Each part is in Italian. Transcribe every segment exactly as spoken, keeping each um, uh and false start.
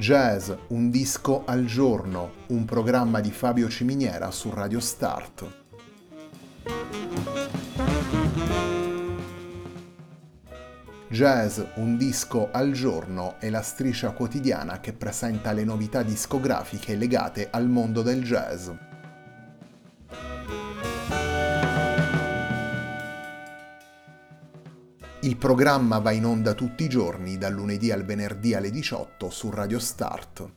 Jazz, un disco al giorno, un programma di Fabio Ciminiera su Radio Start. Jazz, un disco al giorno è la striscia quotidiana che presenta le novità discografiche legate al mondo del jazz. Il programma va in onda tutti i giorni, dal lunedì al venerdì alle diciotto su Radio Start.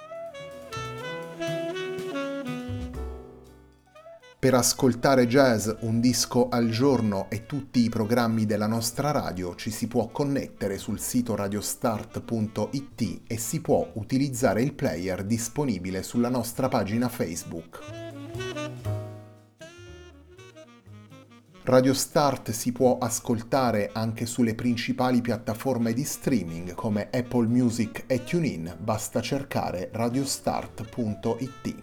Per ascoltare Jazz, un disco al giorno e tutti i programmi della nostra radio ci si può connettere sul sito radiostart punto it e si può utilizzare il player disponibile sulla nostra pagina Facebook. Radio Start si può ascoltare anche sulle principali piattaforme di streaming come Apple Music e TuneIn, basta cercare radiostart punto it.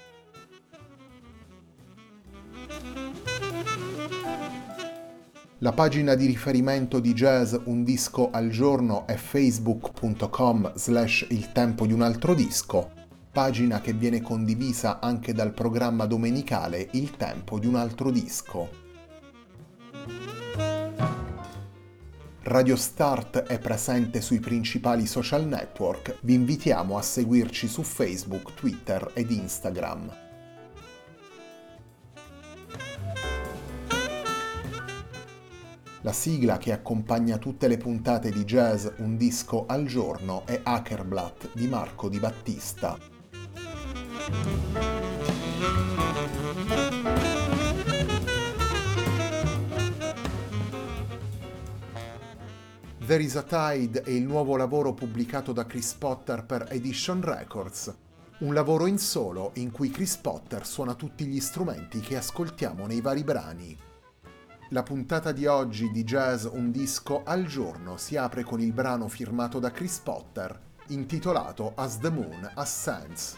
La pagina di riferimento di Jazz Un Disco al Giorno è facebook punto com slash il tempo di un altro disco, pagina che viene condivisa anche dal programma domenicale Il tempo di un altro disco. Radio Start è presente sui principali social network, vi invitiamo a seguirci su Facebook, Twitter ed Instagram. La sigla che accompagna tutte le puntate di Jazz Un Disco al Giorno è Hackerblatt di Marco Di Battista. There is a Tide è il nuovo lavoro pubblicato da Chris Potter per Edition Records, un lavoro in solo in cui Chris Potter suona tutti gli strumenti che ascoltiamo nei vari brani. La puntata di oggi di Jazz Un Disco al Giorno si apre con il brano firmato da Chris Potter, intitolato As the Moon Ascends.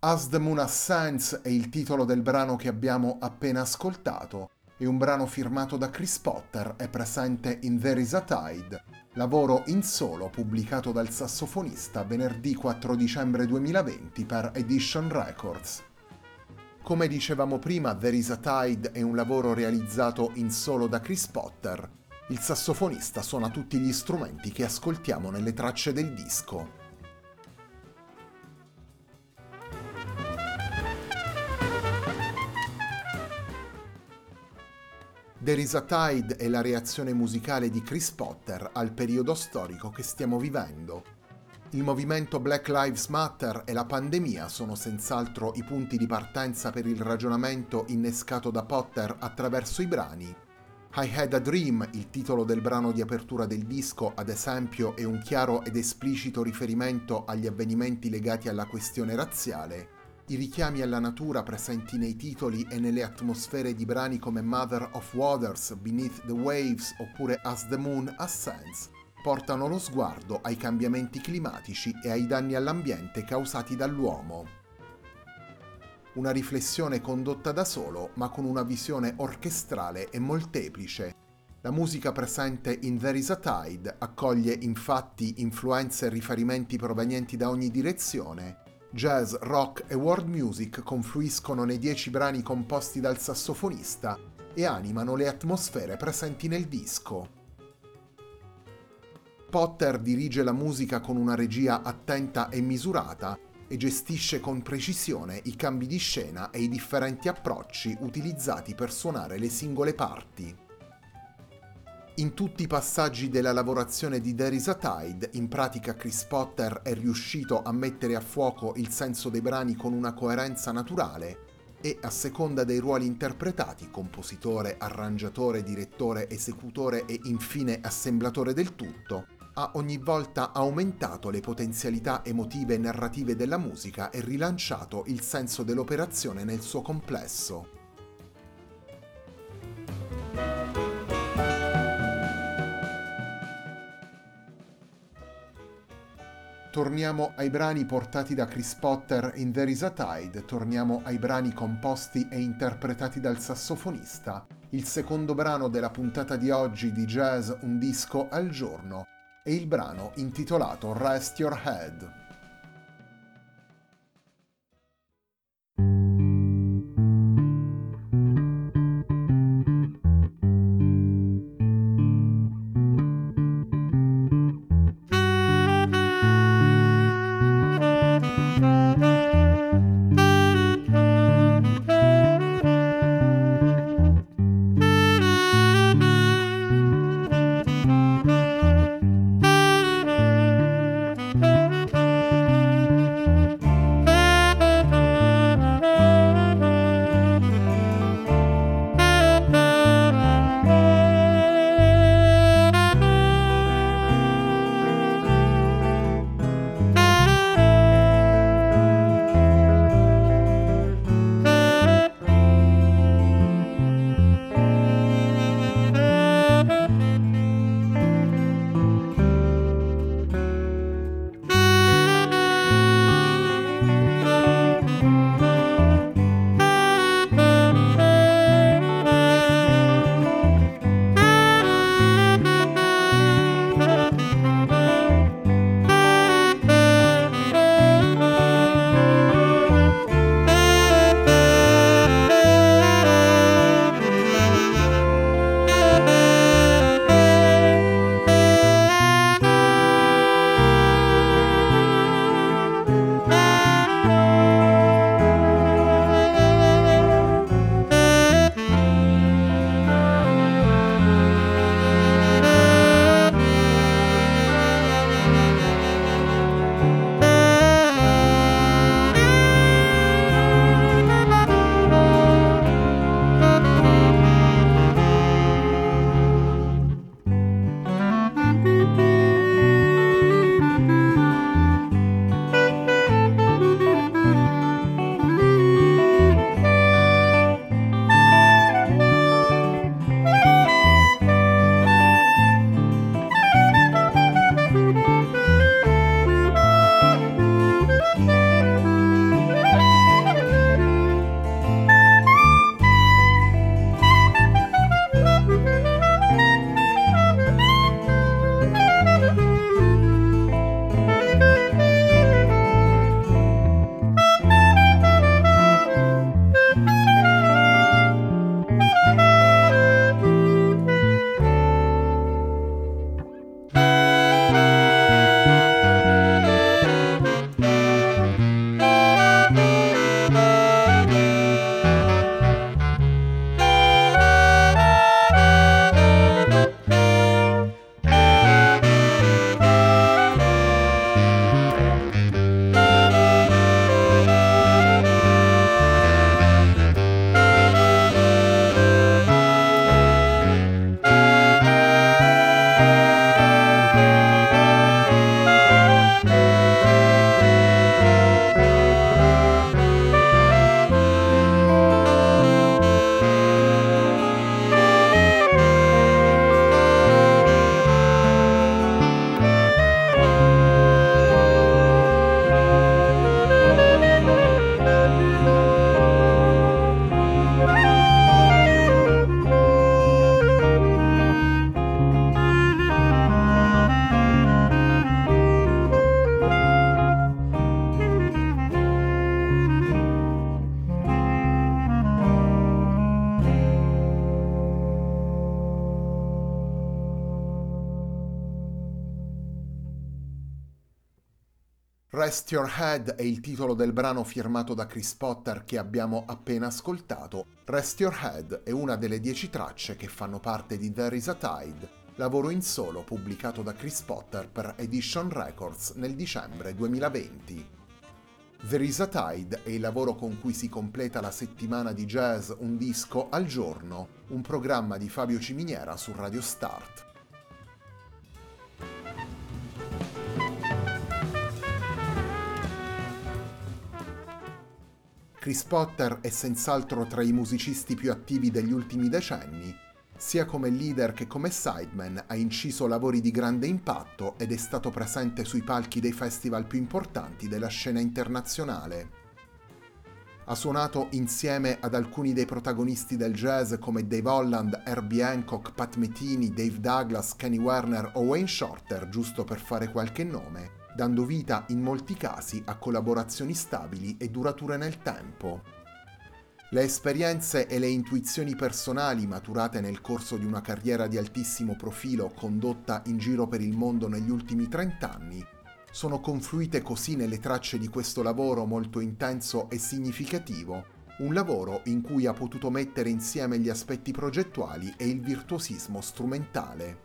As the Moon Ascends è il titolo del brano che abbiamo appena ascoltato, è un brano firmato da Chris Potter e presente in There Is a Tide, lavoro in solo pubblicato dal sassofonista venerdì quattro dicembre duemilaventi per Edition Records. Come dicevamo prima, There Is a Tide è un lavoro realizzato in solo da Chris Potter. Il sassofonista suona tutti gli strumenti che ascoltiamo nelle tracce del disco. There Is a Tide è la reazione musicale di Chris Potter al periodo storico che stiamo vivendo. Il movimento Black Lives Matter e la pandemia sono senz'altro i punti di partenza per il ragionamento innescato da Potter attraverso i brani. I Had a Dream, il titolo del brano di apertura del disco, ad esempio, è un chiaro ed esplicito riferimento agli avvenimenti legati alla questione razziale. I richiami alla natura presenti nei titoli e nelle atmosfere di brani come Mother of Waters, Beneath the Waves oppure As the Moon Ascends portano lo sguardo ai cambiamenti climatici e ai danni all'ambiente causati dall'uomo. Una riflessione condotta da solo, ma con una visione orchestrale e molteplice. La musica presente in There Is a Tide accoglie infatti influenze e riferimenti provenienti da ogni direzione. Jazz, rock e world music confluiscono nei dieci brani composti dal sassofonista e animano le atmosfere presenti nel disco. Potter dirige la musica con una regia attenta e misurata e gestisce con precisione i cambi di scena e i differenti approcci utilizzati per suonare le singole parti. In tutti i passaggi della lavorazione di There Is a Tide, in pratica Chris Potter è riuscito a mettere a fuoco il senso dei brani con una coerenza naturale e, a seconda dei ruoli interpretati, compositore, arrangiatore, direttore, esecutore e infine assemblatore del tutto, ha ogni volta aumentato le potenzialità emotive e narrative della musica e rilanciato il senso dell'operazione nel suo complesso. Torniamo ai brani portati da Chris Potter in There Is a Tide, torniamo ai brani composti e interpretati dal sassofonista. Il secondo brano della puntata di oggi di Jazz Un disco al giorno è il brano intitolato Rest Your Head. Rest Your Head è il titolo del brano firmato da Chris Potter che abbiamo appena ascoltato. Rest Your Head è una delle dieci tracce che fanno parte di There Is a Tide, lavoro in solo pubblicato da Chris Potter per Edition Records nel dicembre duemilaventi. There Is a Tide è il lavoro con cui si completa la settimana di jazz Un disco al giorno, un programma di Fabio Ciminiera su Radio Start. Chris Potter è senz'altro tra i musicisti più attivi degli ultimi decenni. Sia come leader che come sideman ha inciso lavori di grande impatto ed è stato presente sui palchi dei festival più importanti della scena internazionale. Ha suonato insieme ad alcuni dei protagonisti del jazz come Dave Holland, Herbie Hancock, Pat Metheny, Dave Douglas, Kenny Werner o Wayne Shorter, giusto per fare qualche nome, dando vita in molti casi a collaborazioni stabili e durature nel tempo. Le esperienze e le intuizioni personali maturate nel corso di una carriera di altissimo profilo condotta in giro per il mondo negli ultimi trent'anni sono confluite così nelle tracce di questo lavoro molto intenso e significativo, un lavoro in cui ha potuto mettere insieme gli aspetti progettuali e il virtuosismo strumentale.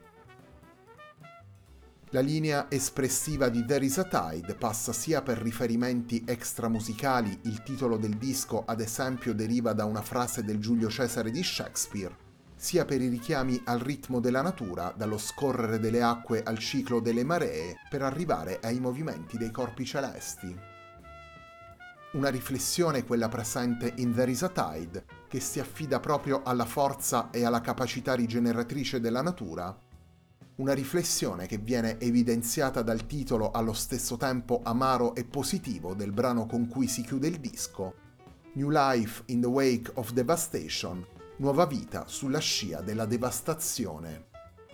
La linea espressiva di There Is a Tide passa sia per riferimenti extramusicali, il titolo del disco ad esempio deriva da una frase del Giulio Cesare di Shakespeare, sia per i richiami al ritmo della natura, dallo scorrere delle acque al ciclo delle maree, per arrivare ai movimenti dei corpi celesti. Una riflessione quella presente in There Is a Tide, che si affida proprio alla forza e alla capacità rigeneratrice della natura. Una riflessione che viene evidenziata dal titolo allo stesso tempo amaro e positivo del brano con cui si chiude il disco, New Life in the Wake of Devastation, nuova vita sulla scia della devastazione.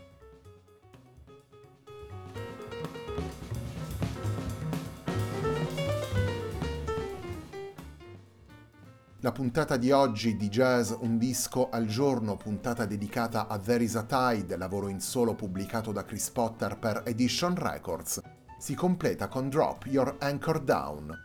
La puntata di oggi di Jazz Un disco al giorno, puntata dedicata a There Is a Tide, lavoro in solo pubblicato da Chris Potter per Edition Records, si completa con Drop Your Anchor Down.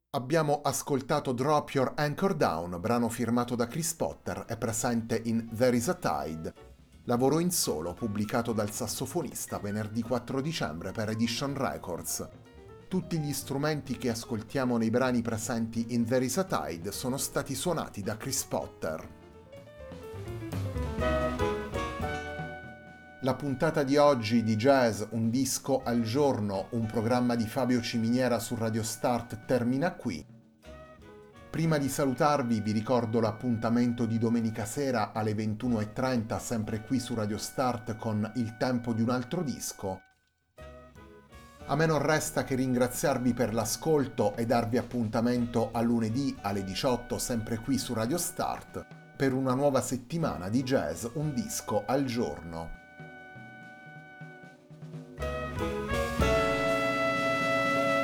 Abbiamo ascoltato Drop Your Anchor Down, brano firmato da Chris Potter e presente in There Is a Tide, lavoro in solo pubblicato dal sassofonista venerdì quattro dicembre per Edition Records. Tutti gli strumenti che ascoltiamo nei brani presenti in There Is a Tide sono stati suonati da Chris Potter. La puntata di oggi di Jazz Un disco al giorno, un programma di Fabio Ciminiera su Radio Start termina qui. Prima di salutarvi vi ricordo l'appuntamento di domenica sera alle ventuno e trenta sempre qui su Radio Start con Il tempo di un altro disco. A me non resta che ringraziarvi per l'ascolto e darvi appuntamento a lunedì alle diciotto sempre qui su Radio Start per una nuova settimana di Jazz Un disco al giorno.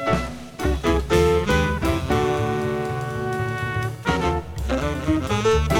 Thank you.